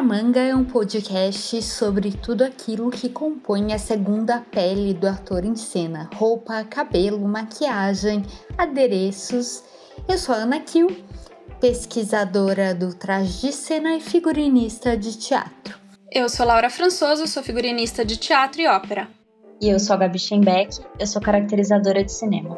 Manga é um podcast sobre tudo aquilo que compõe a segunda pele do ator em cena: roupa, cabelo, maquiagem, adereços. Eu sou a Ana Kiel, pesquisadora do traje de cena e figurinista de teatro. Eu sou Laura Françoso, sou figurinista de teatro e ópera. E eu sou a Gabi Schembeck, eu sou caracterizadora de cinema.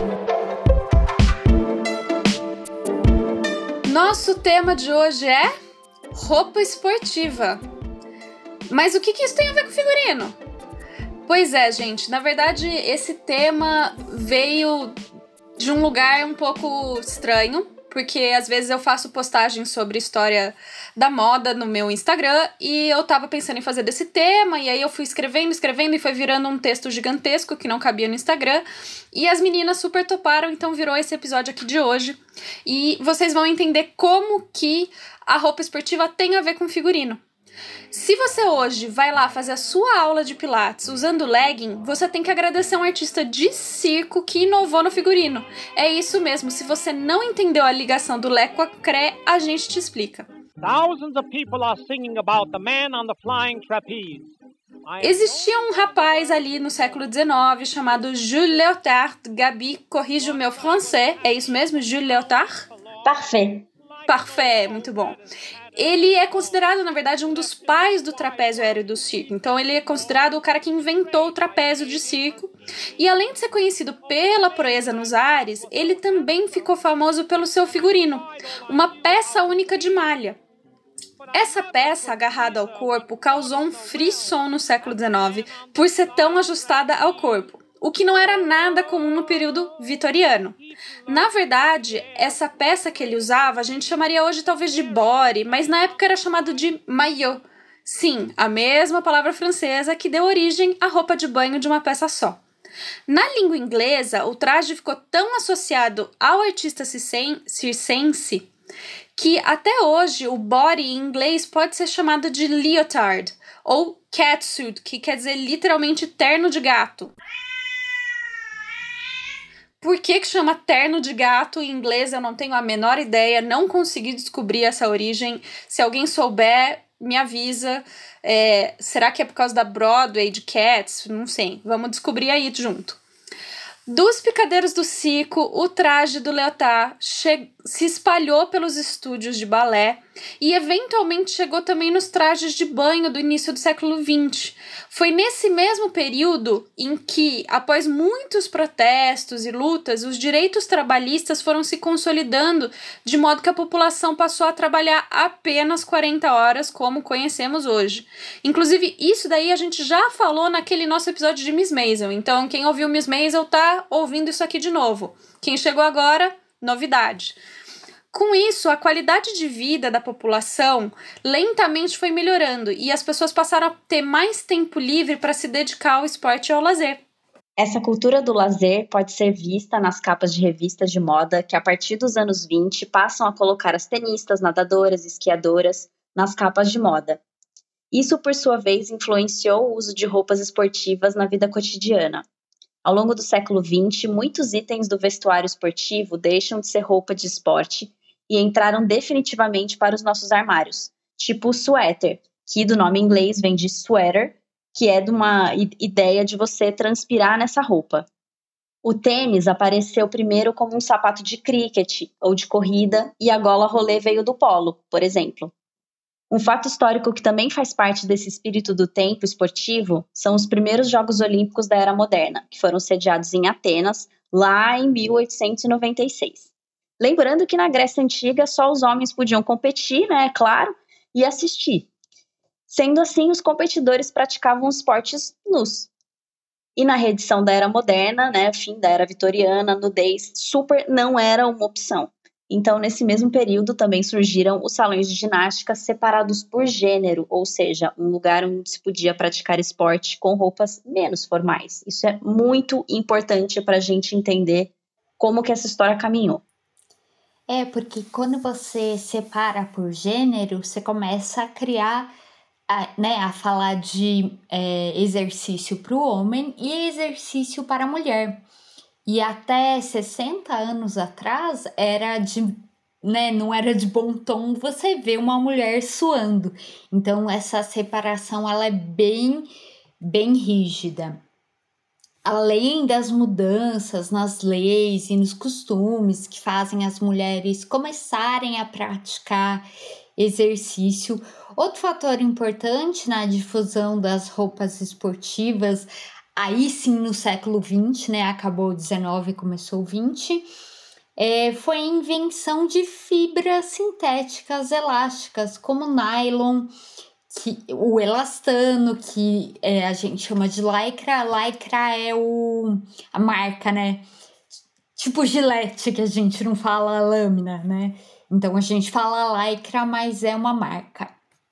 Nosso tema de hoje é roupa esportiva. Mas o que isso tem a ver com figurino? Pois é, gente, na verdade esse tema veio de um lugar um pouco estranho, porque às vezes eu faço postagens sobre história da moda no meu Instagram e eu tava pensando em fazer desse tema, e aí eu fui escrevendo e foi virando um texto gigantesco que não cabia no Instagram, e as meninas super toparam, então virou esse episódio aqui de hoje, e vocês vão entender como que a roupa esportiva tem a ver com figurino. Se você hoje vai lá fazer a sua aula de pilates usando legging, você tem que agradecer um artista de circo que inovou no figurino. É isso mesmo, se você não entendeu a ligação do Lé com a Cré, a gente te explica. Thousands of people are singing about the man on the flying trapeze. Existia um rapaz ali no século XIX chamado Jules Léotard. Gabi, corrige o meu francês. É isso mesmo, Jules Léotard? Parfait, muito bom. Ele é considerado, na verdade, um dos pais do trapézio aéreo do circo. Então, ele é considerado o cara que inventou o trapézio de circo. E além de ser conhecido pela proeza nos ares, ele também ficou famoso pelo seu figurino, uma peça única de malha. Essa peça, agarrada ao corpo, causou um frisson no século XIX por ser tão ajustada ao corpo, o que não era nada comum no período vitoriano. Na verdade, essa peça que ele usava, a gente chamaria hoje talvez de body, mas na época era chamado de maillot. Sim, a mesma palavra francesa que deu origem à roupa de banho de uma peça só. Na língua inglesa, o traje ficou tão associado ao artista circense que até hoje o body em inglês pode ser chamado de leotard ou catsuit, que quer dizer literalmente terno de gato. Por que chama terno de gato em inglês? Eu não tenho a menor ideia, não consegui descobrir essa origem. Se alguém souber, me avisa. Será que é por causa da Broadway, de Cats? Não sei, vamos descobrir aí junto. Dos picadeiros do circo, o traje do Léotard se espalhou pelos estúdios de balé e eventualmente chegou também nos trajes de banho do início do século XX. Foi nesse mesmo período em que, após muitos protestos e lutas, os direitos trabalhistas foram se consolidando, de modo que a população passou a trabalhar apenas 40 horas, como conhecemos hoje. Inclusive, isso daí a gente já falou naquele nosso episódio de Miss Maisel. Então, quem ouviu Miss Maisel tá ouvindo isso aqui de novo. Quem chegou agora, novidade. Com isso, a qualidade de vida da população lentamente foi melhorando e as pessoas passaram a ter mais tempo livre para se dedicar ao esporte e ao lazer. Essa cultura do lazer pode ser vista nas capas de revistas de moda que, a partir dos anos 20, passam a colocar as tenistas, nadadoras e esquiadoras nas capas de moda. Isso, por sua vez, influenciou o uso de roupas esportivas na vida cotidiana. Ao longo do século XX, muitos itens do vestuário esportivo deixam de ser roupa de esporte e entraram definitivamente para os nossos armários, tipo o suéter, que do nome inglês vem de sweater, que é de uma ideia de você transpirar nessa roupa. O tênis apareceu primeiro como um sapato de cricket ou de corrida e a gola rolê veio do polo, por exemplo. Um fato histórico que também faz parte desse espírito do tempo esportivo são os primeiros Jogos Olímpicos da Era Moderna, que foram sediados em Atenas, lá em 1896. Lembrando que na Grécia Antiga só os homens podiam competir, né, é claro, e assistir. Sendo assim, os competidores praticavam esportes nus. E na reedição da Era Moderna, né, fim da Era Vitoriana, nudez super não era uma opção. Então, nesse mesmo período, também surgiram os salões de ginástica separados por gênero, ou seja, um lugar onde se podia praticar esporte com roupas menos formais. Isso é muito importante para a gente entender como que essa história caminhou. Porque quando você separa por gênero, você começa a criar, a falar de exercício para o homem e exercício para a mulher. E até 60 anos atrás era né, não era de bom tom você ver uma mulher suando. Então, essa separação ela é bem rígida. Além das mudanças nas leis e nos costumes que fazem as mulheres começarem a praticar exercício, outro fator importante na difusão das roupas esportivas, aí sim no século XX, né, acabou o XIX e começou o XX, foi a invenção de fibras sintéticas elásticas, como nylon, o elastano, que a gente chama de lycra. Lycra é a marca, né? Tipo Gillette, que a gente não fala lâmina, né? Então a gente fala lycra, mas é uma marca.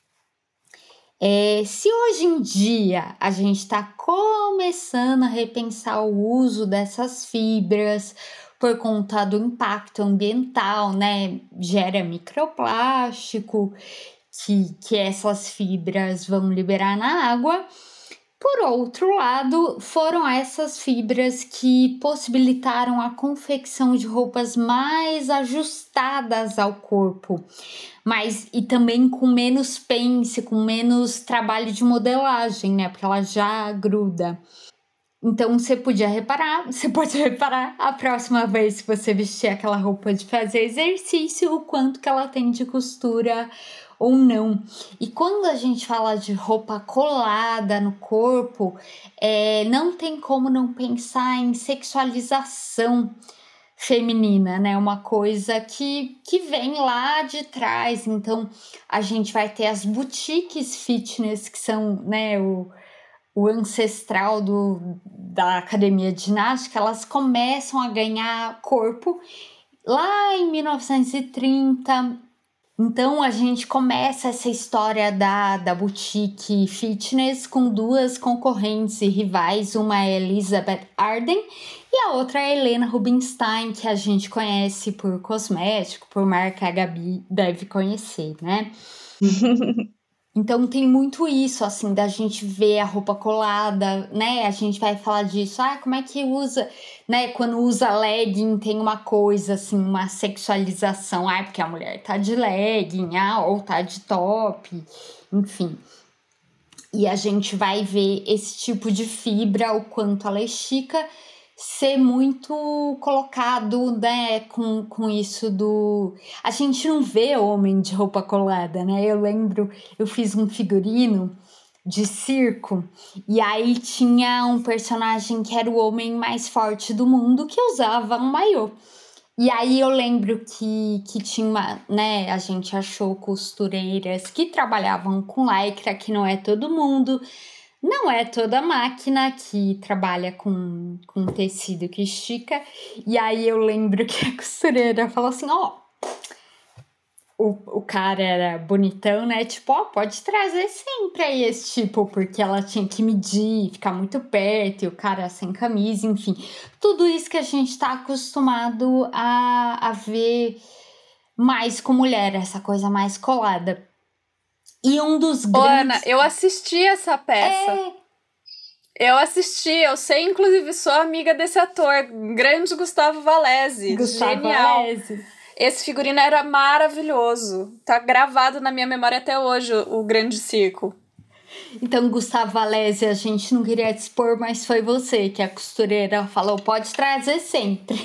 Se hoje em dia a gente está começando a repensar o uso dessas fibras por conta do impacto ambiental, né? Gera microplástico, que essas fibras vão liberar na água. Por outro lado, foram essas fibras que possibilitaram a confecção de roupas mais ajustadas ao corpo, e também com menos pence, com menos trabalho de modelagem, né? Porque ela já gruda. Então você pode reparar a próxima vez que você vestir aquela roupa de fazer exercício, o quanto que ela tem de costura ou não. E quando a gente fala de roupa colada no corpo, não tem como não pensar em sexualização feminina, né? Uma coisa que vem lá de trás. Então a gente vai ter as boutiques fitness, que são, né, o ancestral da academia de ginástica. Elas começam a ganhar corpo lá em 1930. Então a gente começa essa história da boutique fitness com duas concorrentes e rivais, uma é Elizabeth Arden e a outra é Helena Rubinstein, que a gente conhece por cosmético, por marca, a Gabi deve conhecer, né? Então tem muito isso, assim, da gente ver a roupa colada, né? A gente vai falar disso, como é que usa, né? Quando usa legging tem uma coisa, assim, uma sexualização, porque a mulher tá de legging, ou tá de top, enfim. E a gente vai ver esse tipo de fibra, o quanto ela estica, ser muito colocado, né, com isso do... A gente não vê homem de roupa colada, né? Eu lembro, eu fiz um figurino de circo e aí tinha um personagem que era o homem mais forte do mundo que usava um maiô. E aí eu lembro que tinha uma, né, a gente achou costureiras que trabalhavam com lycra, que não é todo mundo, não é toda máquina que trabalha com tecido que estica. E aí eu lembro que a costureira falou assim, o cara era bonitão, né? Tipo, pode trazer sempre aí esse tipo, porque ela tinha que medir, ficar muito perto, e o cara sem camisa, enfim. Tudo isso que a gente tá acostumado a ver mais com mulher, essa coisa mais colada. E um dos grandes... Ana, eu assisti essa peça. Eu assisti, eu sei, inclusive, sou amiga desse ator, grande Gustavo Valese. Genial. Valese. Esse figurino era maravilhoso. Tá gravado na minha memória até hoje, o Grande Circo. Então, Gustavo Valese, a gente não queria te expor, mas foi você que a costureira falou, pode trazer sempre.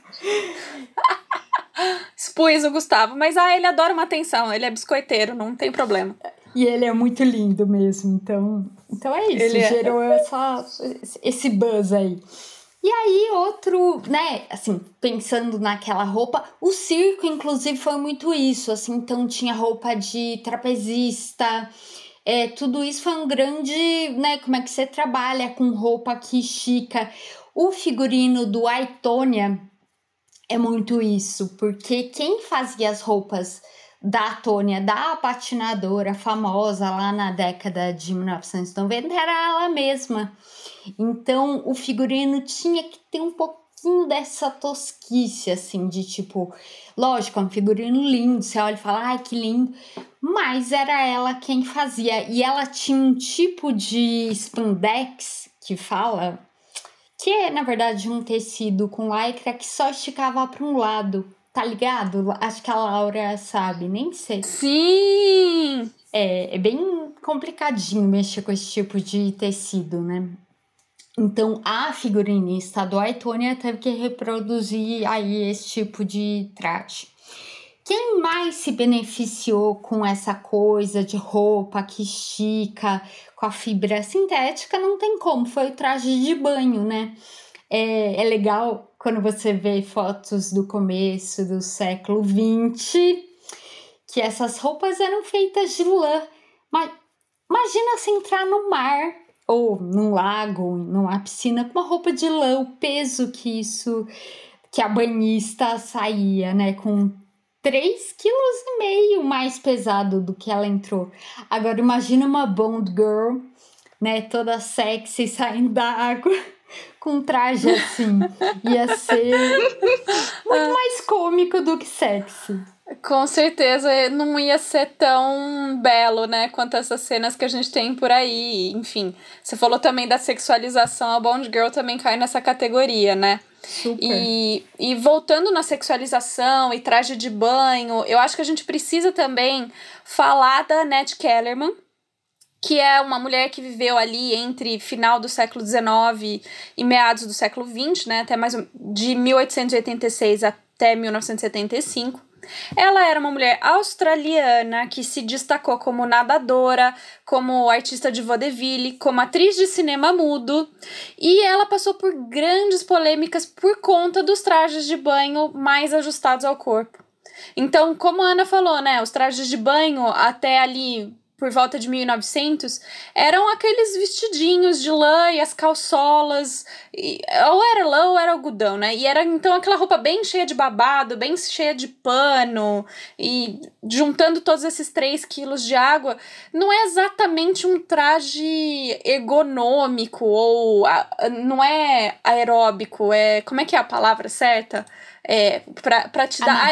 Expus o Gustavo, mas ele adora uma atenção, ele é biscoiteiro, não tem problema. E ele é muito lindo mesmo, então é isso, gerou esse buzz aí. E aí, outro, né, assim, pensando naquela roupa, o circo, inclusive, foi muito isso, assim, então tinha roupa de trapezista, tudo isso foi um grande, né, como é que você trabalha com roupa que estica. O figurino do Aitonia é muito isso, porque quem fazia as roupas da Tônia, da patinadora famosa lá na década de 1990, era ela mesma. Então, o figurino tinha que ter um pouquinho dessa tosquice, assim, de tipo... Lógico, é um figurino lindo, você olha e fala, ai, que lindo. Mas era ela quem fazia. E ela tinha um tipo de spandex, que fala... Que é, na verdade, um tecido com lycra que só esticava para um lado. Tá ligado? Acho que a Laura sabe, nem sei. Sim! É bem complicadinho mexer com esse tipo de tecido, né? Então, a figurinista do Aitonia teve que reproduzir aí esse tipo de traje. Quem mais se beneficiou com essa coisa de roupa que estica, com a fibra sintética, não tem como, foi o traje de banho, né? É legal quando você vê fotos do começo do século XX, que essas roupas eram feitas de lã. Mas imagina se entrar no mar, ou num lago, numa piscina, com uma roupa de lã, o peso que a banhista saía, né? Com 3,5 kg mais pesado do que ela entrou. Agora imagina uma Bond Girl, né? Toda sexy, saindo da água com um traje assim. Ia ser muito mais cômico do que sexy. Com certeza não ia ser tão belo, né, quanto essas cenas que a gente tem por aí. Enfim, você falou também da sexualização, a Bond Girl também cai nessa categoria, né? Super. E voltando na sexualização e traje de banho, eu acho que a gente precisa também falar da Annette Kellerman, que é uma mulher que viveu ali entre final do século XIX e meados do século XX, né, até de 1886 até 1975. Ela era uma mulher australiana que se destacou como nadadora, como artista de vaudeville, como atriz de cinema mudo, e ela passou por grandes polêmicas por conta dos trajes de banho mais ajustados ao corpo. Então, como a Ana falou, né, os trajes de banho até ali por volta de 1900, eram aqueles vestidinhos de lã e as calçolas, ou era lã ou era algodão, né? E era então aquela roupa bem cheia de babado, bem cheia de pano, e juntando todos esses 3 quilos de água, não é exatamente um traje ergonômico, ou não é aeróbico, como é que é a palavra certa? Pra te dar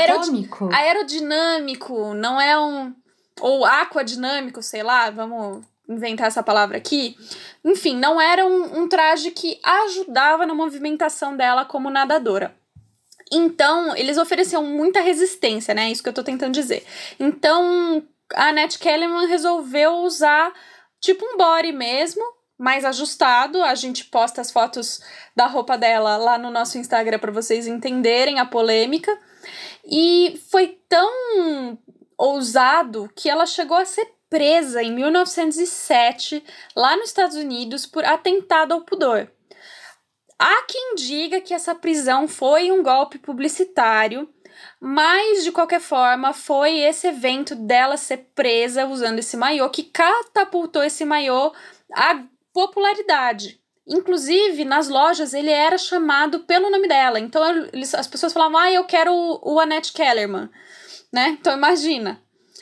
aerodinâmico, não é ou aquadinâmico, sei lá, vamos inventar essa palavra aqui. Enfim, não era um traje que ajudava na movimentação dela como nadadora. Então, eles ofereciam muita resistência, né? Isso que eu tô tentando dizer. Então, a Annette Kellerman resolveu usar tipo um body mesmo, mais ajustado. A gente posta as fotos da roupa dela lá no nosso Instagram para vocês entenderem a polêmica. E foi tão ousado que ela chegou a ser presa em 1907 lá nos Estados Unidos por atentado ao pudor. Há quem diga que essa prisão foi um golpe publicitário, mas de qualquer forma foi esse evento dela ser presa usando esse maiô que catapultou esse maiô à popularidade. Inclusive, nas lojas, ele era chamado pelo nome dela. Então, as pessoas falavam, eu quero o Annette Kellerman, né? Então, imagina.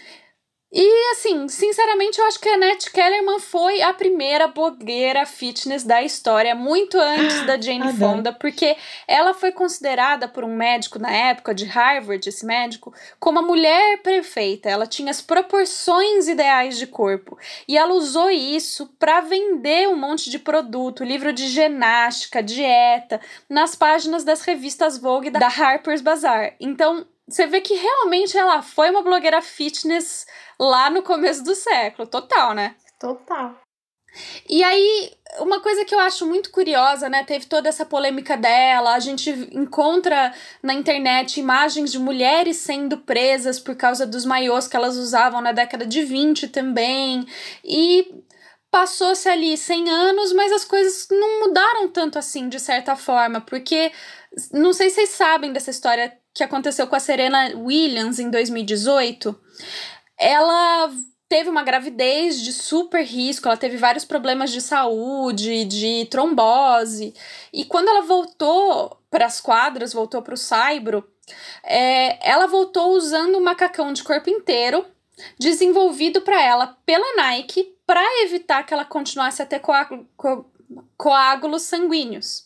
E, assim, sinceramente, eu acho que a Annette Kellerman foi a primeira blogueira fitness da história, muito antes da Jane Fonda, porque ela foi considerada por um médico na época, de Harvard, esse médico, como a mulher perfeita. Ela tinha as proporções ideais de corpo. E ela usou isso para vender um monte de produto, livro de ginástica, dieta, nas páginas das revistas Vogue da Harper's Bazaar. Então, você vê que realmente ela foi uma blogueira fitness lá no começo do século. Total, né? Total. E aí, uma coisa que eu acho muito curiosa, né? Teve toda essa polêmica dela. A gente encontra na internet imagens de mulheres sendo presas por causa dos maiôs que elas usavam na década de 20 também. E passou-se ali 100 anos, mas as coisas não mudaram tanto assim, de certa forma. Porque, não sei se vocês sabem dessa história que aconteceu com a Serena Williams em 2018. Ela teve uma gravidez de super risco, ela teve vários problemas de saúde, de trombose, e quando ela voltou para as quadras, voltou para o saibro, ela voltou usando um macacão de corpo inteiro, desenvolvido para ela pela Nike, para evitar que ela continuasse a ter coágulos sanguíneos.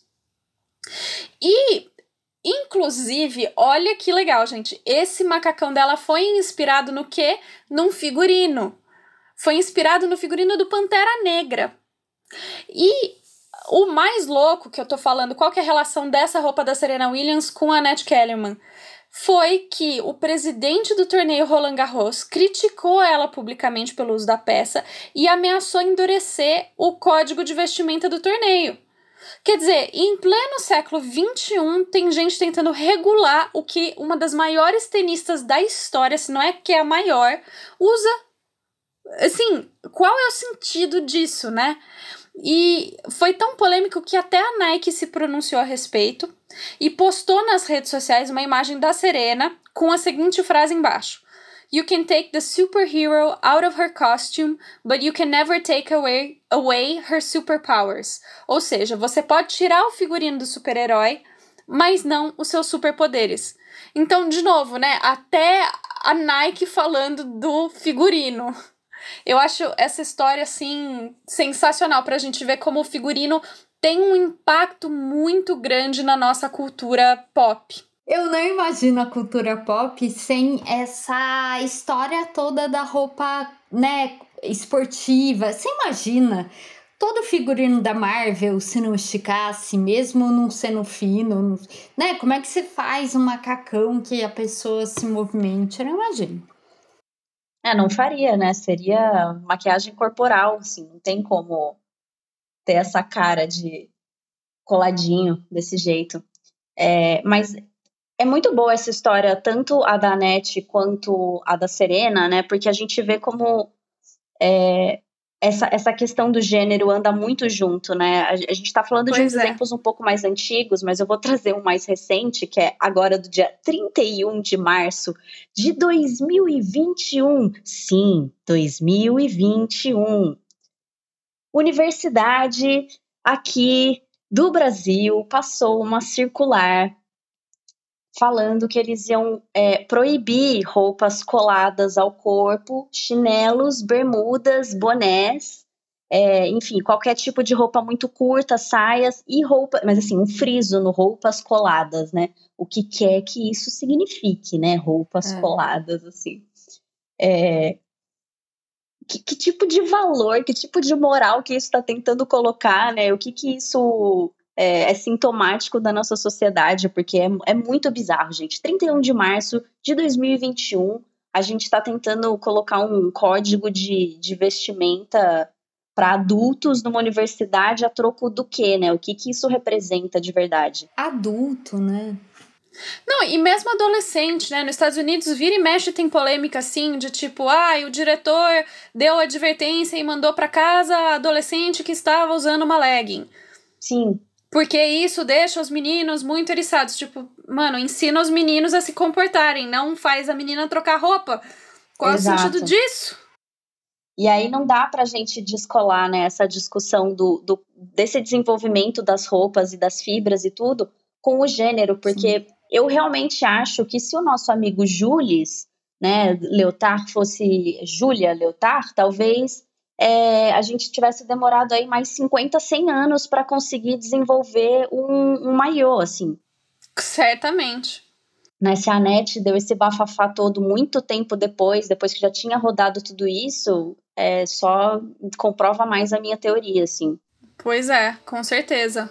E inclusive, olha que legal, gente. Esse macacão dela foi inspirado no quê? Num figurino. Foi inspirado no figurino do Pantera Negra. E o mais louco que eu tô falando, qual que é a relação dessa roupa da Serena Williams com a Annette Kellerman? foi que o presidente do torneio Roland Garros criticou ela publicamente pelo uso da peça e ameaçou endurecer o código de vestimenta do torneio. Quer dizer, em pleno século XXI, tem gente tentando regular o que uma das maiores tenistas da história, se não é que é a maior, usa. Assim, qual é o sentido disso, né? E foi tão polêmico que até a Nike se pronunciou a respeito e postou nas redes sociais uma imagem da Serena com a seguinte frase embaixo: "You can take the superhero out of her costume, but you can never take away her superpowers." Ou seja, você pode tirar o figurino do super-herói, mas não os seus superpoderes. Então, de novo, né? Até a Nike falando do figurino. Eu acho essa história, assim, sensacional pra gente ver como o figurino tem um impacto muito grande na nossa cultura pop. Eu não imagino a cultura pop sem essa história toda da roupa, né, esportiva. Você imagina todo o figurino da Marvel se não esticasse, mesmo não sendo fino, né? Como é que você faz um macacão que a pessoa se movimente? Eu não imagino. Não faria, né? Seria maquiagem corporal, assim, não tem como ter essa cara de coladinho desse jeito. Mas é muito boa essa história, tanto a da Anett quanto a da Serena, né? Porque a gente vê como essa questão do gênero anda muito junto, né? A gente tá falando de uns exemplos um pouco mais antigos, mas eu vou trazer um mais recente, que é agora do dia 31 de março de 2021. Sim, 2021. Universidade aqui do Brasil passou uma circular falando que eles iam proibir roupas coladas ao corpo, chinelos, bermudas, bonés, enfim, qualquer tipo de roupa muito curta, saias e roupa, mas assim, um friso no roupas coladas, né? O que quer que isso signifique, né? Roupas coladas, assim. Que tipo de valor, que tipo de moral que isso está tentando colocar, né? O que isso é sintomático da nossa sociedade, porque é muito bizarro, gente. 31 de março de 2021, a gente está tentando colocar um código de vestimenta para adultos numa universidade a troco do quê, né? O que isso representa de verdade? Adulto, né? Não, e mesmo adolescente, né? Nos Estados Unidos, vira e mexe tem polêmica assim, de tipo, o diretor deu advertência e mandou pra casa a adolescente que estava usando uma legging. Sim. Porque isso deixa os meninos muito eriçados. Tipo, mano, ensina os meninos a se comportarem, não faz a menina trocar roupa. Qual Exato. É o sentido disso? E aí não dá pra gente descolar, né, essa discussão desse desenvolvimento das roupas e das fibras e tudo com o gênero, porque Sim. Eu realmente acho que se o nosso amigo Jules, né, Leotard fosse Júlia Leotard, talvez a gente tivesse demorado aí mais 50, 100 anos para conseguir desenvolver um maiô, assim. Certamente. Né, se a Anett deu esse bafafá todo muito tempo depois que já tinha rodado tudo isso, só comprova mais a minha teoria, assim. Pois é, com certeza.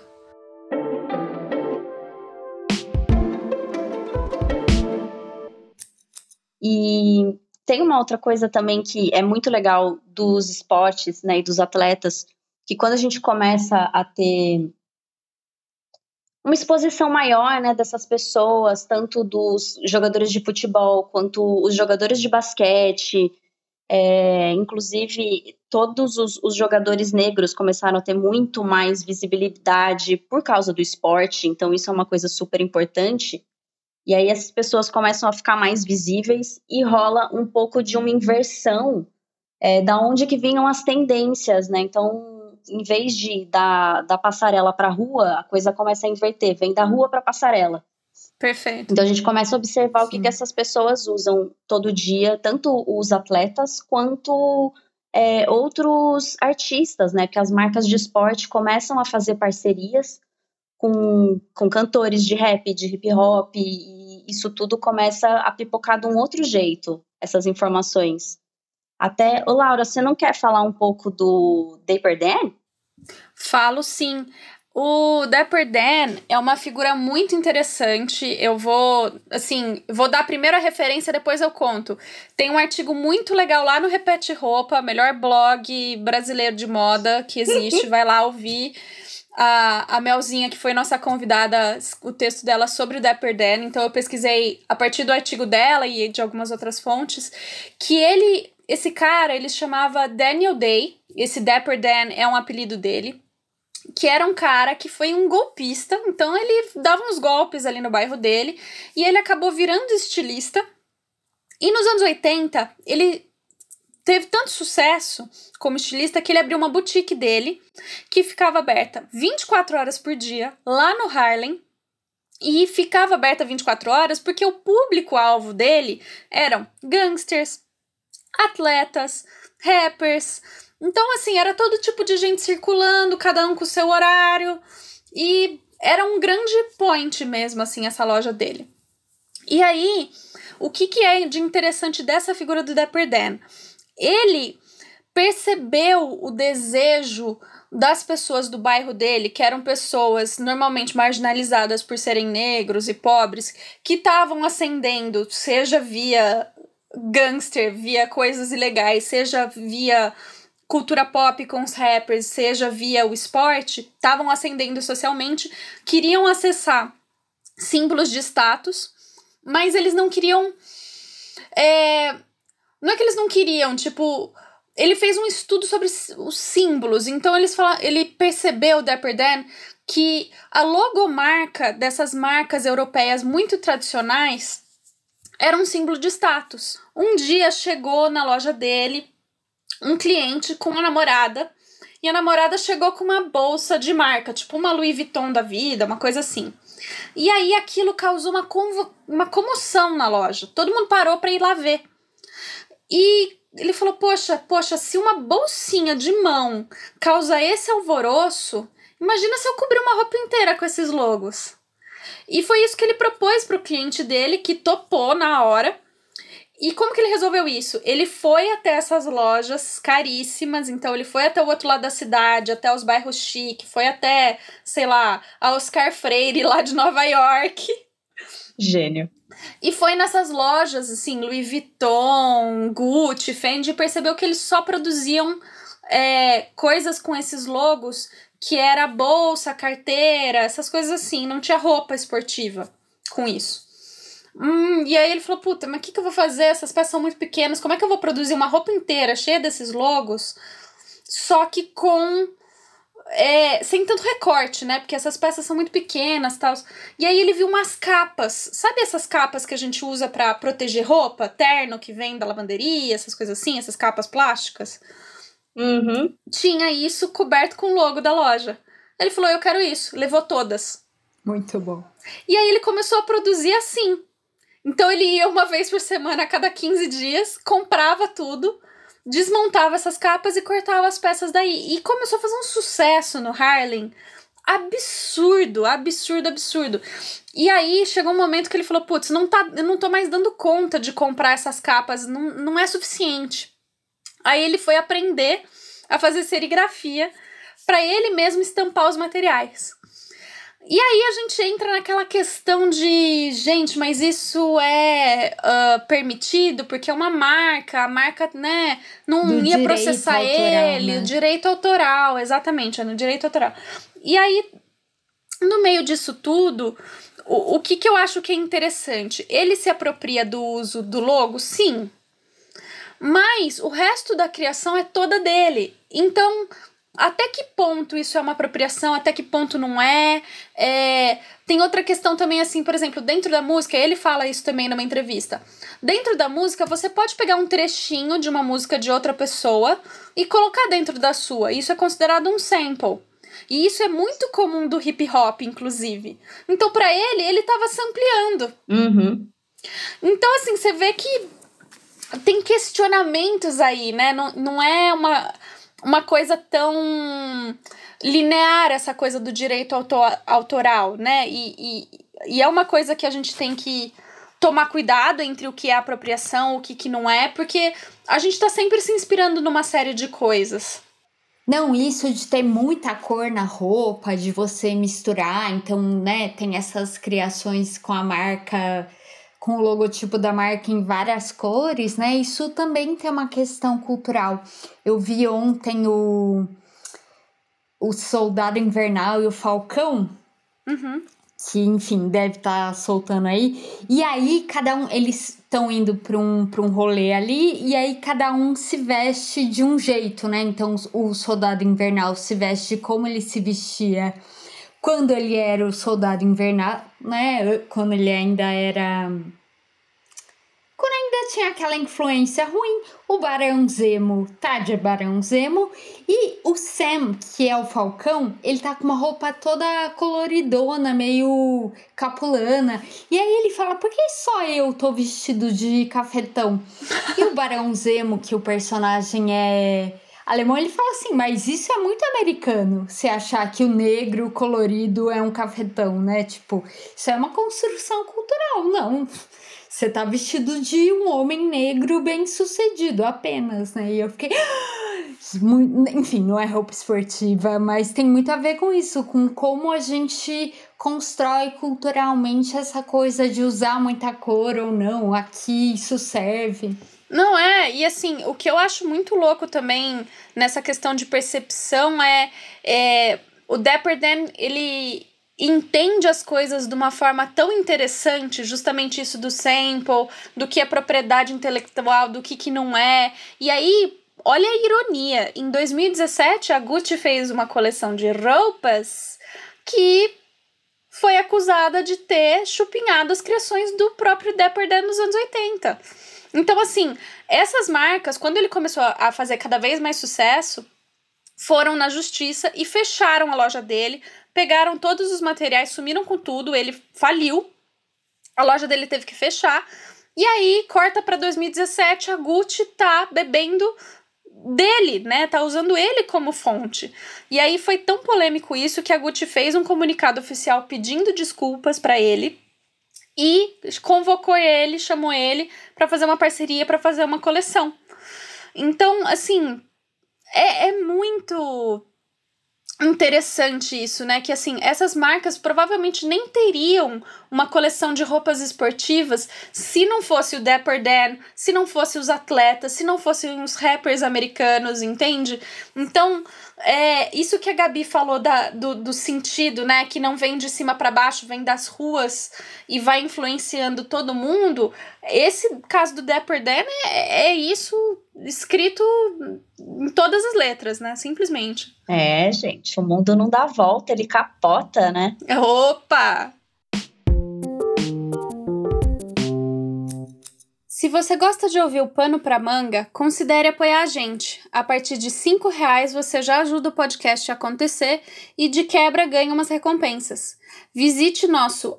E tem uma outra coisa também que é muito legal dos esportes, né, e dos atletas, que quando a gente começa a ter uma exposição maior, né, dessas pessoas, tanto dos jogadores de futebol quanto os jogadores de basquete, inclusive todos os jogadores negros começaram a ter muito mais visibilidade por causa do esporte, então isso é uma coisa super importante. E aí essas pessoas começam a ficar mais visíveis e rola um pouco de uma inversão da onde que vinham as tendências, né? Então, em vez de da passarela para a rua, a coisa começa a inverter, vem da rua para a passarela. Perfeito. Então a gente começa a observar Sim. o que essas pessoas usam todo dia, tanto os atletas quanto outros artistas, né? Porque as marcas de esporte começam a fazer parcerias com cantores de rap, de hip hop, e isso tudo começa a pipocar de um outro jeito, essas informações. Até, Laura, você não quer falar um pouco do Dapper Dan? Falo sim. O Dapper Dan é uma figura muito interessante. Eu vou dar a primeira referência, depois eu conto. Tem um artigo muito legal lá no Repete Roupa, melhor blog brasileiro de moda que existe. Vai lá ouvir. A Melzinha, que foi nossa convidada, o texto dela sobre o Dapper Dan. Então eu pesquisei a partir do artigo dela e de algumas outras fontes, que esse cara, ele se chamava Daniel Day. Esse Dapper Dan é um apelido dele, que era um cara que foi um golpista. Então ele dava uns golpes ali no bairro dele, e ele acabou virando estilista. E nos anos 80, ele teve tanto sucesso como estilista que ele abriu uma boutique dele, que ficava aberta 24 horas por dia, lá no Harlem. E ficava aberta 24 horas porque o público-alvo dele eram gangsters, atletas, rappers. Então, assim, era todo tipo de gente circulando, cada um com o seu horário. E era um grande point mesmo, assim, essa loja dele. E aí, o que é de interessante dessa figura do Dapper Dan? Ele percebeu o desejo das pessoas do bairro dele, que eram pessoas normalmente marginalizadas por serem negros e pobres, que estavam ascendendo, seja via gangster, via coisas ilegais, seja via cultura pop com os rappers, seja via o esporte, estavam ascendendo socialmente, queriam acessar símbolos de status, mas eles não queriam... Não é que eles não queriam, tipo... Ele fez um estudo sobre os símbolos, então ele percebeu, o Dapper Dan, que a logomarca dessas marcas europeias muito tradicionais era um símbolo de status. Um dia chegou na loja dele um cliente com uma namorada, e a namorada chegou com uma bolsa de marca, tipo uma Louis Vuitton da vida, uma coisa assim. E aí aquilo causou uma comoção na loja. Todo mundo parou para ir lá ver. E ele falou, poxa, se uma bolsinha de mão causa esse alvoroço, imagina se eu cobrir uma roupa inteira com esses logos. E foi isso que ele propôs pro cliente dele, que topou na hora. E como que ele resolveu isso? Ele foi até essas lojas caríssimas, então ele foi até o outro lado da cidade, até os bairros chiques, foi até, sei lá, a Oscar Freire lá de Nova York. Gênio. E foi nessas lojas, assim, Louis Vuitton, Gucci, Fendi, percebeu que eles só produziam coisas com esses logos, que era bolsa, carteira, essas coisas assim, não tinha roupa esportiva com isso. E aí ele falou, puta, mas o que eu vou fazer? Essas peças são muito pequenas, como é que eu vou produzir uma roupa inteira cheia desses logos, só que sem tanto recorte, né? Porque essas peças são muito pequenas e tal. E aí ele viu umas capas, sabe essas capas que a gente usa pra proteger roupa? Terno que vem da lavanderia, essas coisas assim, essas capas plásticas. Uhum. Tinha isso coberto com o logo da loja. Ele falou, eu quero isso. Levou todas. Muito bom. E aí ele começou a produzir assim. Então ele ia uma vez por semana, a cada 15 dias, comprava tudo, desmontava essas capas e cortava as peças daí. E começou a fazer um sucesso no Harlem. Absurdo. E aí chegou um momento que ele falou, putz, eu não tô mais dando conta de comprar essas capas, não é suficiente. Aí ele foi aprender a fazer serigrafia para ele mesmo estampar os materiais. E aí a gente entra naquela questão de, gente, mas isso é permitido porque é uma marca, a marca, né, não ia processar ele, né? O direito autoral, exatamente, é no direito autoral. E aí, no meio disso tudo, o que eu acho que é interessante? Ele se apropria do uso do logo, sim, mas o resto da criação é toda dele. Então, até que ponto isso é uma apropriação, até que ponto não é? Tem outra questão também, assim, por exemplo, dentro da música, ele fala isso também numa entrevista. Dentro da música, você pode pegar um trechinho de uma música de outra pessoa e colocar dentro da sua. Isso é considerado um sample. E isso é muito comum do hip hop, inclusive. Então, pra ele tava sampleando. Uhum. Então, assim, você vê que tem questionamentos aí, né? Não é uma coisa tão linear, essa coisa do direito autoral, né? E é uma coisa que a gente tem que tomar cuidado entre o que é apropriação, o que não é, porque a gente tá sempre se inspirando numa série de coisas. Não, isso de ter muita cor na roupa, de você misturar, então, né, tem essas criações com a marca, com o logotipo da marca em várias cores, né? Isso também tem uma questão cultural. Eu vi ontem o Soldado Invernal e o Falcão, que, enfim, deve estar soltando aí. E aí, cada um, eles estão indo para um rolê ali, e aí cada um se veste de um jeito, né? Então, o Soldado Invernal se veste como ele se vestia quando ele era o Soldado Invernal, né? Quando ele ainda era... Quando ainda tinha aquela influência ruim, o Barão Zemo tá de Barão Zemo. E o Sam, que é o Falcão, ele tá com uma roupa toda coloridona, meio capulana. E aí ele fala, por que só eu tô vestido de cafetão? E o Barão Zemo, que o personagem é alemão, ele fala assim, mas isso é muito americano, você achar que o negro colorido é um cafetão, né? Tipo, isso é uma construção cultural, não. Você tá vestido de um homem negro bem-sucedido apenas, né? E eu fiquei... Enfim, não é roupa esportiva, mas tem muito a ver com isso, com como a gente constrói culturalmente essa coisa de usar muita cor ou não. Aqui isso serve. Não é, e assim, o que eu acho muito louco também nessa questão de percepção é o Dapper Dan, ele entende as coisas de uma forma tão interessante, justamente isso do sample, do que é propriedade intelectual, do que não é. E aí, olha a ironia, em 2017 a Gucci fez uma coleção de roupas que foi acusada de ter chupinhado as criações do próprio Dapper Dan nos anos 80. Então, assim, essas marcas, quando ele começou a fazer cada vez mais sucesso, foram na justiça e fecharam a loja dele, pegaram todos os materiais, sumiram com tudo, ele faliu, a loja dele teve que fechar, e aí corta para 2017, a Gucci tá bebendo dele, né, tá usando ele como fonte. E aí foi tão polêmico isso que a Gucci fez um comunicado oficial pedindo desculpas para ele, e convocou ele, chamou ele para fazer uma parceria, para fazer uma coleção. Então, assim, é muito interessante isso, né? Que, assim, essas marcas provavelmente nem teriam uma coleção de roupas esportivas se não fosse o Dapper Dan, se não fosse os atletas, se não fossem os rappers americanos, entende? Então, isso que a Gabi falou do sentido, né? Que não vem de cima para baixo, vem das ruas e vai influenciando todo mundo. Esse caso do Dapper Dan é isso escrito em todas as letras, né? Simplesmente. Gente, o mundo não dá volta, ele capota, né? Opa! Se você gosta de ouvir o Pano pra Manga, considere apoiar a gente. A partir de R$5 você já ajuda o podcast a acontecer e de quebra ganha umas recompensas. Visite nosso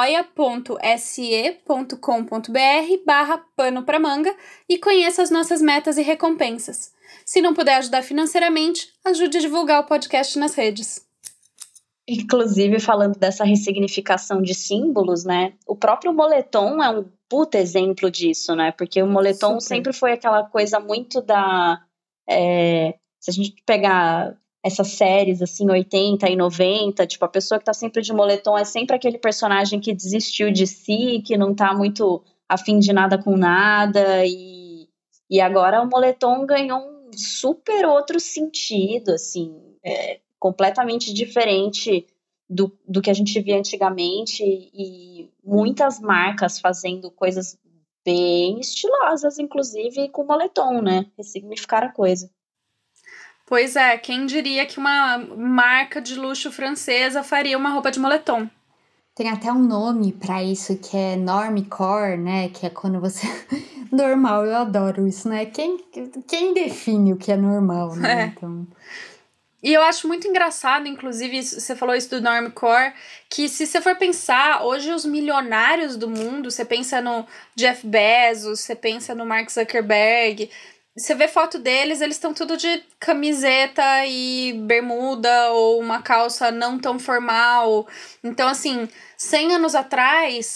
apoia.se.com.br/pano pra manga e conheça as nossas metas e recompensas. Se não puder ajudar financeiramente, ajude a divulgar o podcast nas redes. Inclusive, falando dessa ressignificação de símbolos, né? O próprio moletom é um puta exemplo disso, né? Porque o moletom sempre foi aquela coisa muito da... se a gente pegar essas séries, assim, 80 e 90, tipo, a pessoa que tá sempre de moletom é sempre aquele personagem que desistiu de si, que não tá muito afim de nada com nada, e agora o moletom ganhou um super outro sentido, assim, completamente diferente do que a gente via antigamente, e muitas marcas fazendo coisas bem estilosas, inclusive com moletom, né? Ressignificar a coisa. Pois é, quem diria que uma marca de luxo francesa faria uma roupa de moletom? Tem até um nome pra isso, que é normcore, né? Que é quando você... Normal, eu adoro isso, né? Quem define o que é normal, né? Então... E eu acho muito engraçado, inclusive, você falou isso do normcore, que se você for pensar, hoje os milionários do mundo, você pensa no Jeff Bezos, você pensa no Mark Zuckerberg, você vê foto deles, eles estão tudo de camiseta e bermuda ou uma calça não tão formal. Então, assim, 100 anos atrás,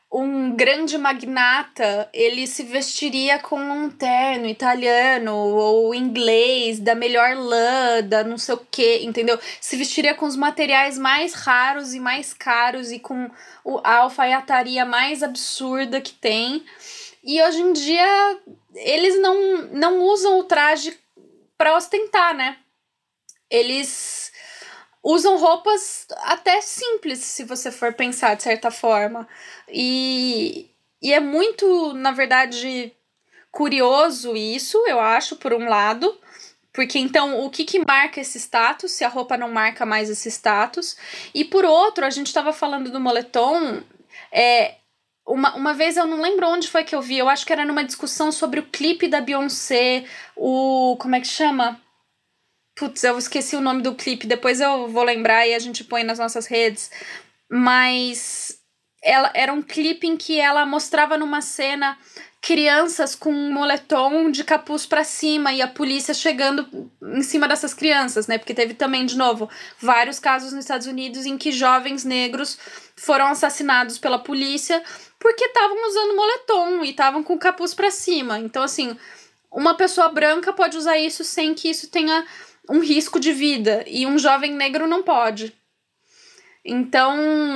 um grande magnata, ele se vestiria com um terno italiano ou inglês, da melhor lã, da não sei o que, entendeu? Se vestiria com os materiais mais raros e mais caros e com a alfaiataria mais absurda que tem. E hoje em dia, eles não usam o traje para ostentar, né? Eles usam roupas até simples, se você for pensar de certa forma. E é muito, na verdade, curioso isso, eu acho, por um lado. Porque, então, o que marca esse status, se a roupa não marca mais esse status? E, por outro, a gente estava falando do moletom. Uma vez, eu não lembro onde foi que eu vi, eu acho que era numa discussão sobre o clipe da Beyoncé, como é que chama? Putz, eu esqueci o nome do clipe, depois eu vou lembrar e a gente põe nas nossas redes. Mas era um clipe em que ela mostrava numa cena crianças com um moletom de capuz pra cima e a polícia chegando em cima dessas crianças, né? Porque teve também, de novo, vários casos nos Estados Unidos em que jovens negros foram assassinados pela polícia porque estavam usando moletom e estavam com o capuz pra cima. Então, assim, uma pessoa branca pode usar isso sem que isso tenha um risco de vida, e um jovem negro não pode. Então,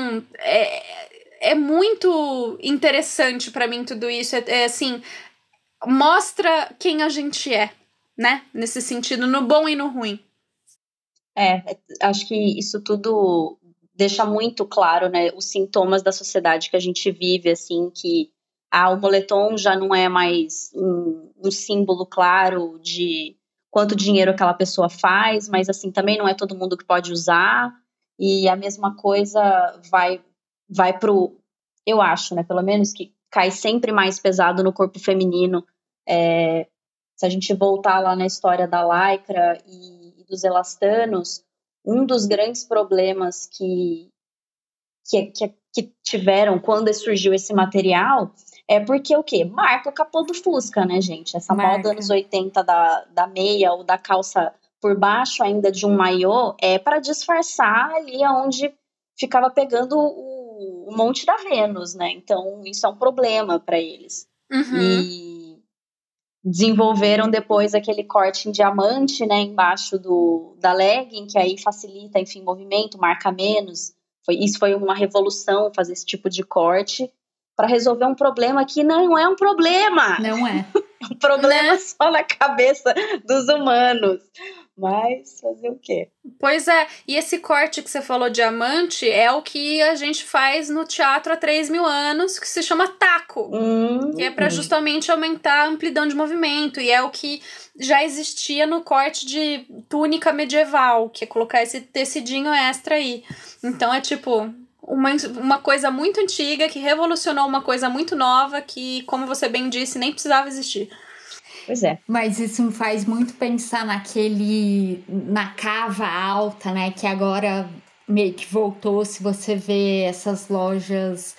é muito interessante pra mim tudo isso. Assim, mostra quem a gente é, né? Nesse sentido, no bom e no ruim. Acho que isso tudo deixa muito claro, né, os sintomas da sociedade que a gente vive, assim, que o moletom já não é mais um símbolo claro de quanto dinheiro aquela pessoa faz, mas assim, também não é todo mundo que pode usar, e a mesma coisa vai pro, eu acho, né, pelo menos que cai sempre mais pesado no corpo feminino. Se a gente voltar lá na história da Lycra e dos elastanos, um dos grandes problemas que tiveram quando surgiu esse material é porque o quê? Marca o capô do Fusca, né, gente? Essa moda anos 80 da meia ou da calça por baixo ainda de um maiô é para disfarçar ali onde ficava pegando o Monte da Vênus, né? Então, isso é um problema para eles. Uhum. E desenvolveram depois aquele corte em diamante, né, embaixo da legging, que aí facilita, enfim, o movimento, marca menos. Isso foi uma revolução, fazer esse tipo de corte para resolver um problema que não é um problema. Não é. É um problema só na cabeça dos humanos. Mas fazer o quê? Pois é, e esse corte que você falou, diamante, é o que a gente faz no teatro há 3.000 anos, que se chama taco, que é para justamente aumentar a amplidão de movimento, e é o que já existia no corte de túnica medieval, que é colocar esse tecidinho extra aí. Então é tipo uma coisa muito antiga que revolucionou uma coisa muito nova que, como você bem disse, nem precisava existir. Pois é. Mas isso me faz muito pensar na cava alta, né? Que agora meio que voltou. Se você vê essas lojas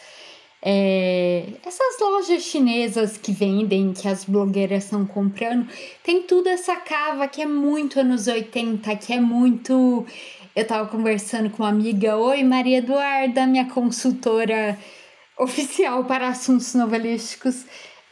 chinesas que vendem, que as blogueiras estão comprando, tem tudo essa cava que é muito anos 80, que é muito... Eu tava conversando com uma amiga, oi, Maria Eduarda, minha consultora oficial para assuntos novelísticos,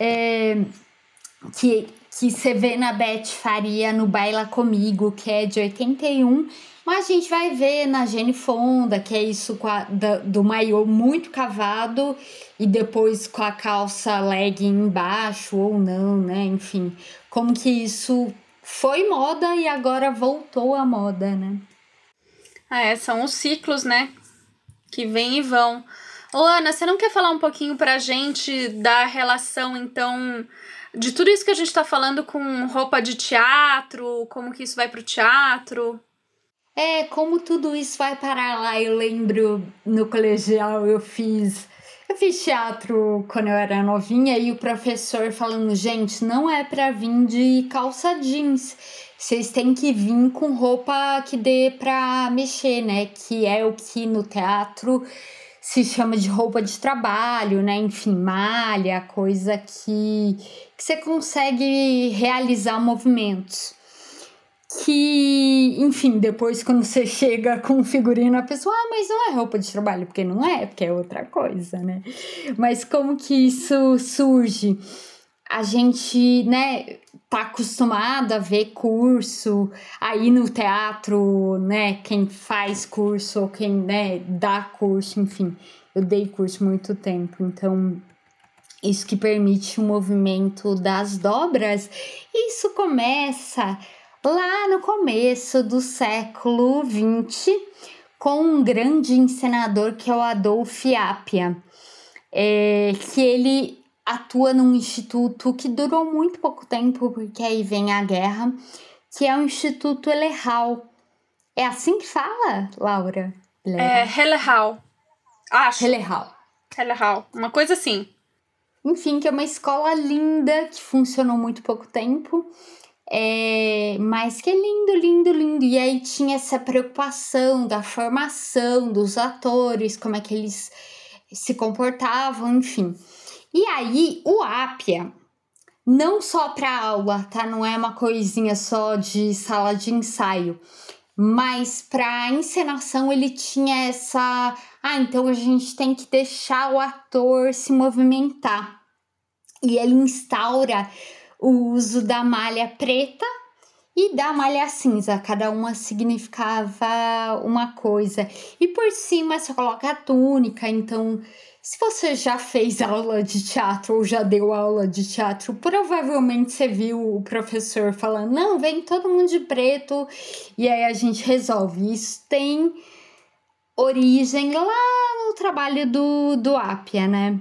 que você vê na Beth Faria no Baila Comigo, que é de 81, mas a gente vai ver na Jane Fonda, que é isso do maiô muito cavado e depois com a calça legging embaixo ou não, né? Enfim, como que isso foi moda e agora voltou à moda, né? São os ciclos, né? Que vêm e vão. Ô, Ana, você não quer falar um pouquinho pra gente da relação, então, de tudo isso que a gente tá falando com roupa de teatro, como que isso vai pro teatro? Como tudo isso vai parar lá. Eu lembro, no colegial, eu fiz teatro quando eu era novinha e o professor falando, gente, não é pra vir de calça jeans. Vocês têm que vir com roupa que dê pra mexer, né? Que é o que no teatro se chama de roupa de trabalho, né? Enfim, malha, coisa que você consegue realizar movimentos. que, enfim, depois quando você chega com o figurino, a pessoa, mas não é roupa de trabalho, porque é outra coisa, né? Mas como que isso surge? A gente, né, tá acostumado a ver curso, aí no teatro, né, quem faz curso ou quem, né, dá curso, enfim, eu dei curso muito tempo, então isso que permite o movimento das dobras. Isso começa lá no começo do século XX com um grande encenador que é o Adolf Appia, que ele atua num instituto que durou muito pouco tempo, porque aí vem a guerra, que é o Instituto Elehau. É assim que fala, Laura? Hellerhal. Acho. Elehau. Hellerhal. Uma coisa assim. Enfim, que é uma escola linda, que funcionou muito pouco tempo, mas que é lindo, lindo, lindo. E aí tinha essa preocupação da formação dos atores, como é que eles se comportavam, enfim. E aí o Appia, não só para aula, tá? Não é uma coisinha só de sala de ensaio, mas para encenação ele tinha essa... então a gente tem que deixar o ator se movimentar. E ele instaura o uso da malha preta e da malha cinza, cada uma significava uma coisa. E por cima você coloca a túnica, então se você já fez aula de teatro ou já deu aula de teatro, provavelmente você viu o professor falando, não, vem todo mundo de preto, e aí a gente resolve. Isso tem origem lá no trabalho do Appia, né?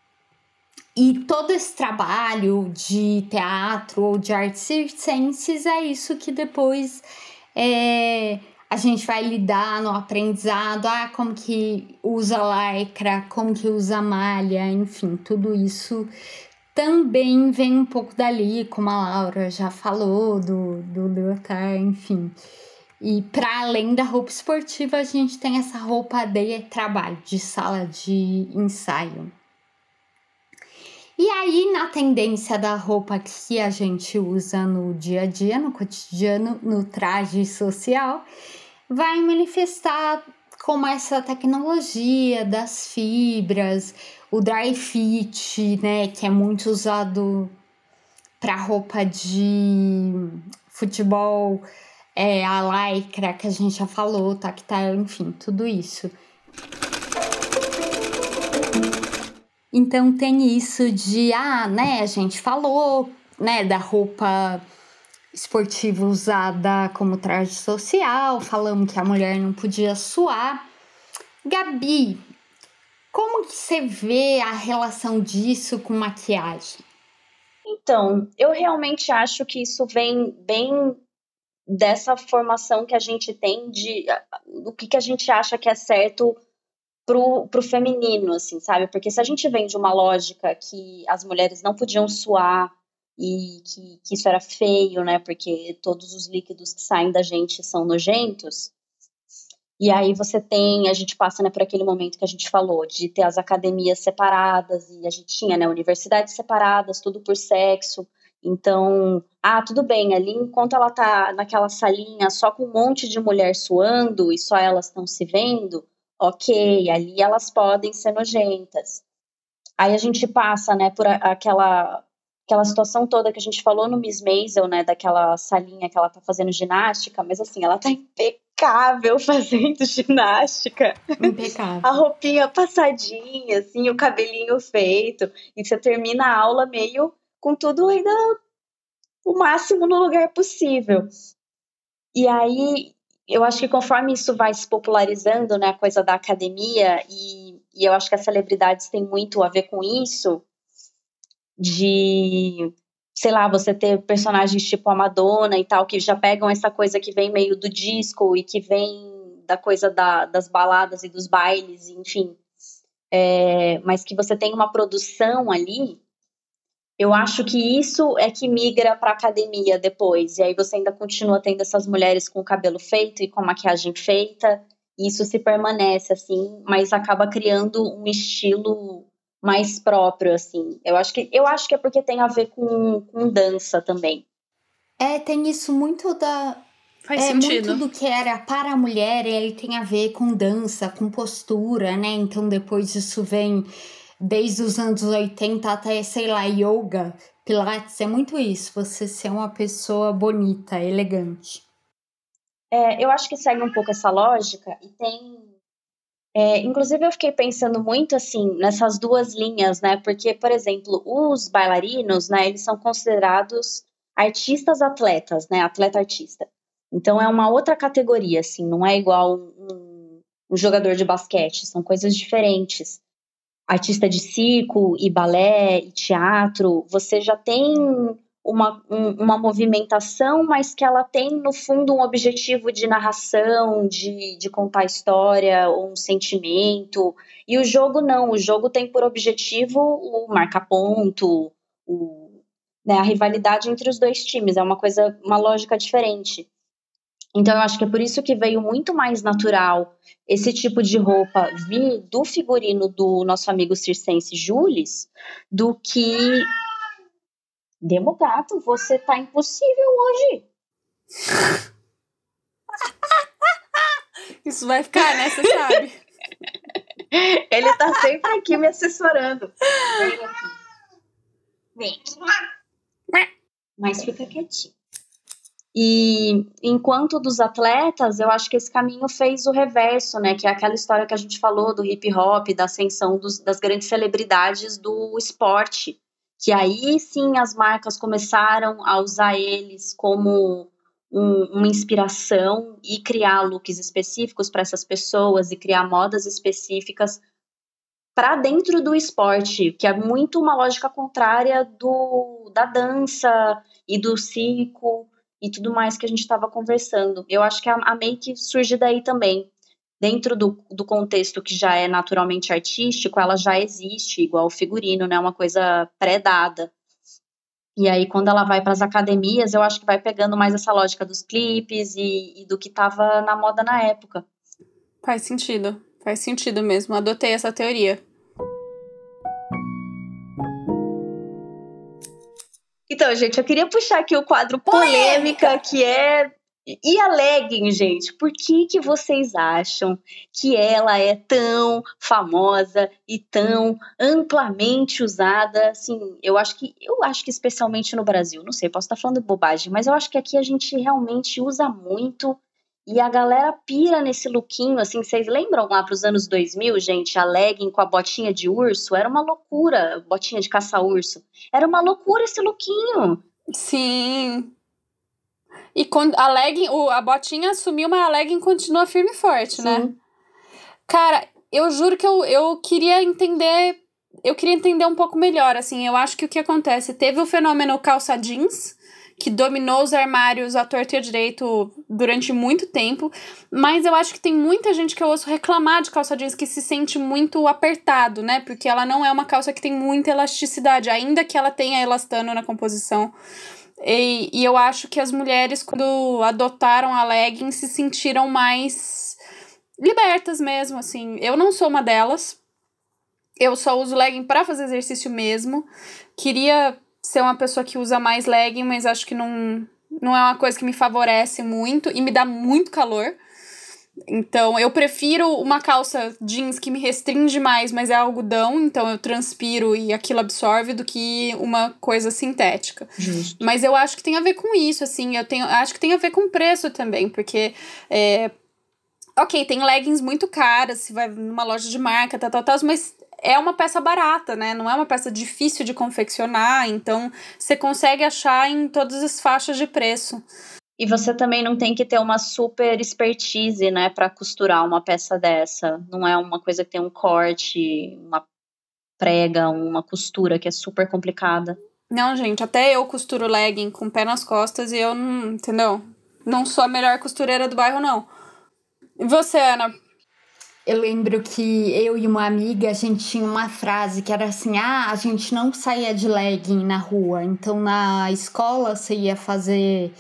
E todo esse trabalho de teatro ou de artes circenses é isso que depois a gente vai lidar no aprendizado. Como que usa lycra, como que usa malha, enfim, tudo isso também vem um pouco dali, como a Laura já falou, do Leotard, enfim. E para além da roupa esportiva, a gente tem essa roupa de trabalho, de sala de ensaio. E aí, na tendência da roupa que a gente usa no dia a dia, no cotidiano, no traje social, vai manifestar como essa tecnologia das fibras, o dry fit, né, que é muito usado para roupa de futebol, a lycra, que a gente já falou, tactile, enfim, tudo isso. Então tem isso de, né, a gente falou, né, da roupa esportiva usada como traje social, falamos que a mulher não podia suar. Gabi, como que você vê a relação disso com maquiagem? Então, eu realmente acho que isso vem bem dessa formação que a gente tem do que a gente acha que é certo pro feminino, assim, sabe? Porque se a gente vem de uma lógica que as mulheres não podiam suar e que isso era feio, né? Porque todos os líquidos que saem da gente são nojentos. E aí a gente passa, né, por aquele momento que a gente falou, de ter as academias separadas, e a gente tinha, né, universidades separadas, tudo por sexo. Então, tudo bem, ali enquanto ela tá naquela salinha só com um monte de mulher suando e só elas estão se vendo, ok, ali elas podem ser nojentas. Aí a gente passa, né, por aquela situação toda que a gente falou no Miss Maisel, né, daquela salinha que ela tá fazendo ginástica, mas assim, ela tá impecável fazendo ginástica. Impecável. A roupinha passadinha, assim, o cabelinho feito, e você termina a aula meio com tudo ainda o máximo no lugar possível. E aí, eu acho que conforme isso vai se popularizando, né, a coisa da academia, e eu acho que as celebridades têm muito a ver com isso, de, sei lá, você ter personagens tipo a Madonna e tal, que já pegam essa coisa que vem meio do disco e que vem da coisa das baladas e dos bailes, enfim. Mas que você tem uma produção ali. Eu acho que isso é que migra para academia depois. E aí você ainda continua tendo essas mulheres com o cabelo feito e com a maquiagem feita. E isso se permanece, assim, mas acaba criando um estilo mais próprio, assim. Eu acho que é porque tem a ver com dança também. Tem isso muito Faz sentido. Muito do que era para a mulher, ele tem a ver com dança, com postura, né? Então depois isso vem desde os anos 80 até, sei lá, yoga, pilates, é muito isso, você ser uma pessoa bonita, elegante. Eu acho que segue um pouco essa lógica e tem... inclusive eu fiquei pensando muito assim nessas duas linhas, né? Porque, por exemplo, os bailarinos, né? Eles são considerados artistas atletas, né? Atleta-artista. Então é uma outra categoria, assim, não é igual um jogador de basquete, são coisas diferentes. Artista de circo e balé e teatro, você já tem uma movimentação, mas que ela tem, no fundo, um objetivo de narração, de contar história, ou um sentimento. E o jogo não, o jogo tem por objetivo o marca-ponto, né, a rivalidade entre os dois times, é uma lógica diferente. Então, eu acho que é por isso que veio muito mais natural esse tipo de roupa vir do figurino do nosso amigo circense Jules, do que... Demo Gato, você tá impossível hoje. Isso vai ficar, né? Você sabe. Ele tá sempre aqui me assessorando. Vem. Mas fica quietinho. E enquanto dos atletas, eu acho que esse caminho fez o reverso, né? Que é aquela história que a gente falou do hip hop, da ascensão das grandes celebridades do esporte. Que aí sim as marcas começaram a usar eles como uma inspiração e criar looks específicos para essas pessoas e criar modas específicas para dentro do esporte, que é muito uma lógica contrária da dança e do circo e tudo mais que a gente estava conversando. Eu acho que a make surge daí também. Dentro do contexto que já é naturalmente artístico, ela já existe, igual o figurino, né? Uma coisa pré-dada. E aí, quando ela vai para as academias, eu acho que vai pegando mais essa lógica dos clipes e do que estava na moda na época. Faz sentido mesmo. Adotei essa teoria. Então, gente, eu queria puxar aqui o quadro polêmica, que é... E a legging, gente? Por que vocês acham que ela é tão famosa e tão amplamente usada? Assim, eu acho que especialmente no Brasil, não sei, posso estar falando bobagem, mas eu acho que aqui a gente realmente usa muito e a galera pira nesse lookinho, assim, vocês lembram lá pros anos 2000, gente, a legging com a botinha de urso? Era uma loucura, botinha de caça-urso. Era uma loucura esse lookinho. Sim. E quando a legging, a botinha sumiu, mas a legging continua firme e forte, Sim. né? Cara, eu juro que eu queria entender um pouco melhor, assim, eu acho que o que acontece, teve o fenômeno calça jeans, que dominou os armários à torta e à direito durante muito tempo, mas eu acho que tem muita gente que eu ouço reclamar de calça jeans que se sente muito apertado, né, porque ela não é uma calça que tem muita elasticidade, ainda que ela tenha elastano na composição. E eu acho que as mulheres, quando adotaram a legging, se sentiram mais libertas mesmo, assim. Eu não sou uma delas. Eu só uso legging pra fazer exercício mesmo. Queria ser uma pessoa que usa mais legging, mas acho que não é uma coisa que me favorece muito e me dá muito calor. Então, eu prefiro uma calça jeans que me restringe mais, mas é algodão, então eu transpiro e aquilo absorve, do que uma coisa sintética. Justo. Mas eu acho que tem a ver com isso, assim, acho que tem a ver com preço também, porque... Ok, tem leggings muito caras, se vai numa loja de marca, mas é uma peça barata, né? Não é uma peça difícil de confeccionar, então você consegue achar em todas as faixas de preço. E você também não tem que ter uma super expertise, né, para costurar uma peça dessa. Não é uma coisa que tem um corte, uma prega, uma costura que é super complicada. Não, gente, até eu costuro legging com o pé nas costas e eu não, entendeu? Não sou a melhor costureira do bairro, não. E você, Ana? Eu lembro que eu e uma amiga, a gente tinha uma frase que era assim, a gente não saía de legging na rua. Então, na escola, você ia fazer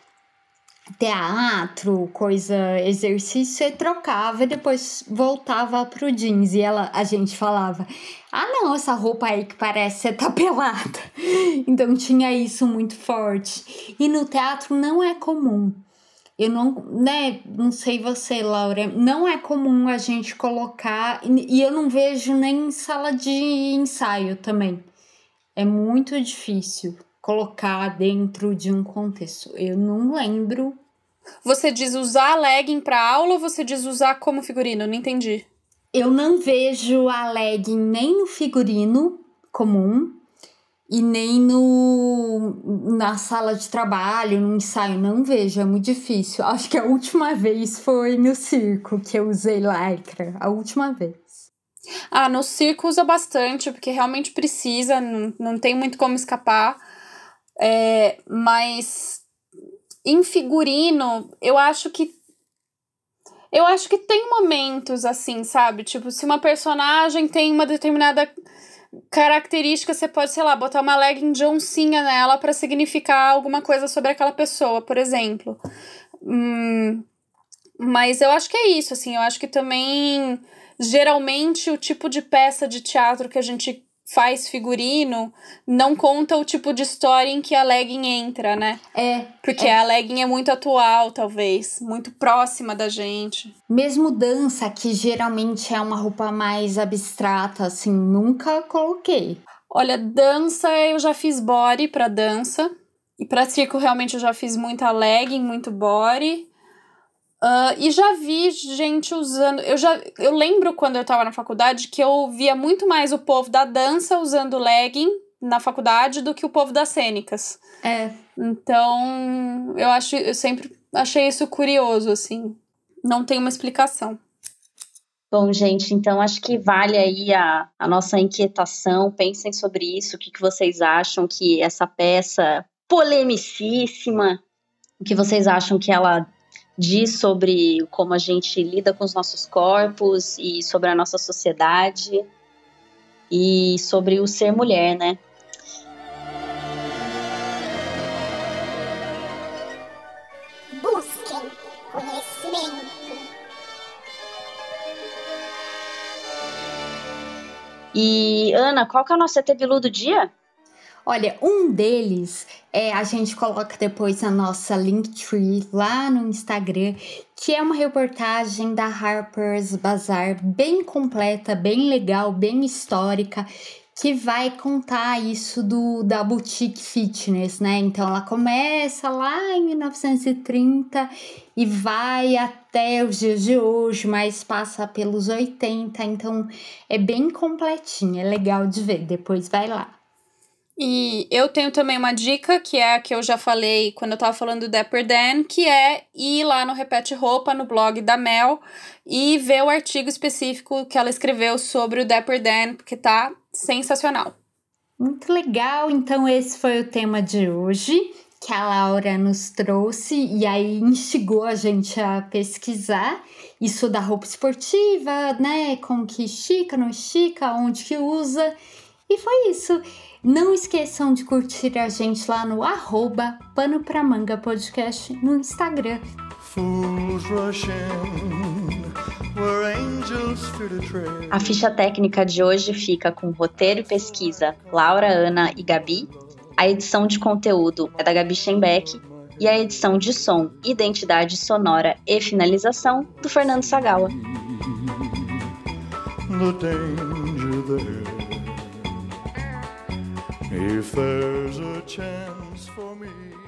teatro, exercício, você trocava e depois voltava pro jeans. E a gente falava, não, essa roupa aí que parece você tá pelada. Então tinha isso muito forte. E no teatro não é comum. Eu não, né, não sei você, Laura, não é comum a gente colocar, e eu não vejo nem em sala de ensaio também. É muito difícil colocar dentro de um contexto. Eu não lembro. Você diz usar legging pra aula ou você diz usar como figurino? Não entendi. Eu não vejo a legging nem no figurino comum e nem na sala de trabalho, no ensaio. Não vejo, é muito difícil. Acho que a última vez foi no circo que eu usei lycra. A última vez. No circo usa bastante, porque realmente precisa, não tem muito como escapar. Mas em figurino, eu acho que tem momentos assim, sabe? Tipo, se uma personagem tem uma determinada característica, você pode, sei lá, botar uma legging de oncinha nela pra significar alguma coisa sobre aquela pessoa, por exemplo. Mas eu acho que é isso, assim, eu acho que também, geralmente, o tipo de peça de teatro que a gente faz figurino não conta o tipo de história em que a legging entra, né? Porque a legging é muito atual, talvez, muito próxima da gente. Mesmo dança, que geralmente é uma roupa mais abstrata, assim, nunca coloquei. Olha, dança, eu já fiz body pra dança. E pra circo, realmente, eu já fiz muita legging, muito body. E já vi gente usando... Eu lembro quando eu tava na faculdade que eu via muito mais o povo da dança usando legging na faculdade do que o povo das cênicas. Então, eu sempre achei isso curioso, assim. Não tem uma explicação. Bom, gente, então acho que vale aí a nossa inquietação. Pensem sobre isso. O que vocês acham que essa peça polemicíssima, o que vocês acham que ela diz sobre como a gente lida com os nossos corpos e sobre a nossa sociedade e sobre o ser mulher, né? Busquem conhecimento. E, Ana, qual que é o nosso ET Bilu do dia? Olha, um deles a gente coloca depois na nossa Linktree lá no Instagram, que é uma reportagem da Harper's Bazaar bem completa, bem legal, bem histórica, que vai contar isso da boutique fitness, né? Então ela começa lá em 1930 e vai até os dias de hoje, mas passa pelos 80, então é bem completinha, é legal de ver, depois vai lá. E eu tenho também uma dica, que é a que eu já falei quando eu tava falando do Dapper Dan, que é ir lá no Repete Roupa, no blog da Mel, e ver o artigo específico que ela escreveu sobre o Dapper Dan, porque tá sensacional. Muito legal, então esse foi o tema de hoje, que a Laura nos trouxe, e aí instigou a gente a pesquisar isso da roupa esportiva, né, como que estica, não estica, onde que usa, e foi isso. Não esqueçam de curtir a gente lá no @Pano Pra Manga Podcast no Instagram. A ficha técnica de hoje fica com roteiro e pesquisa Laura, Ana e Gabi. A edição de conteúdo é da Gabi Schenbeck e a edição de som, identidade sonora e finalização do Fernando Sagawa. If there's a chance for me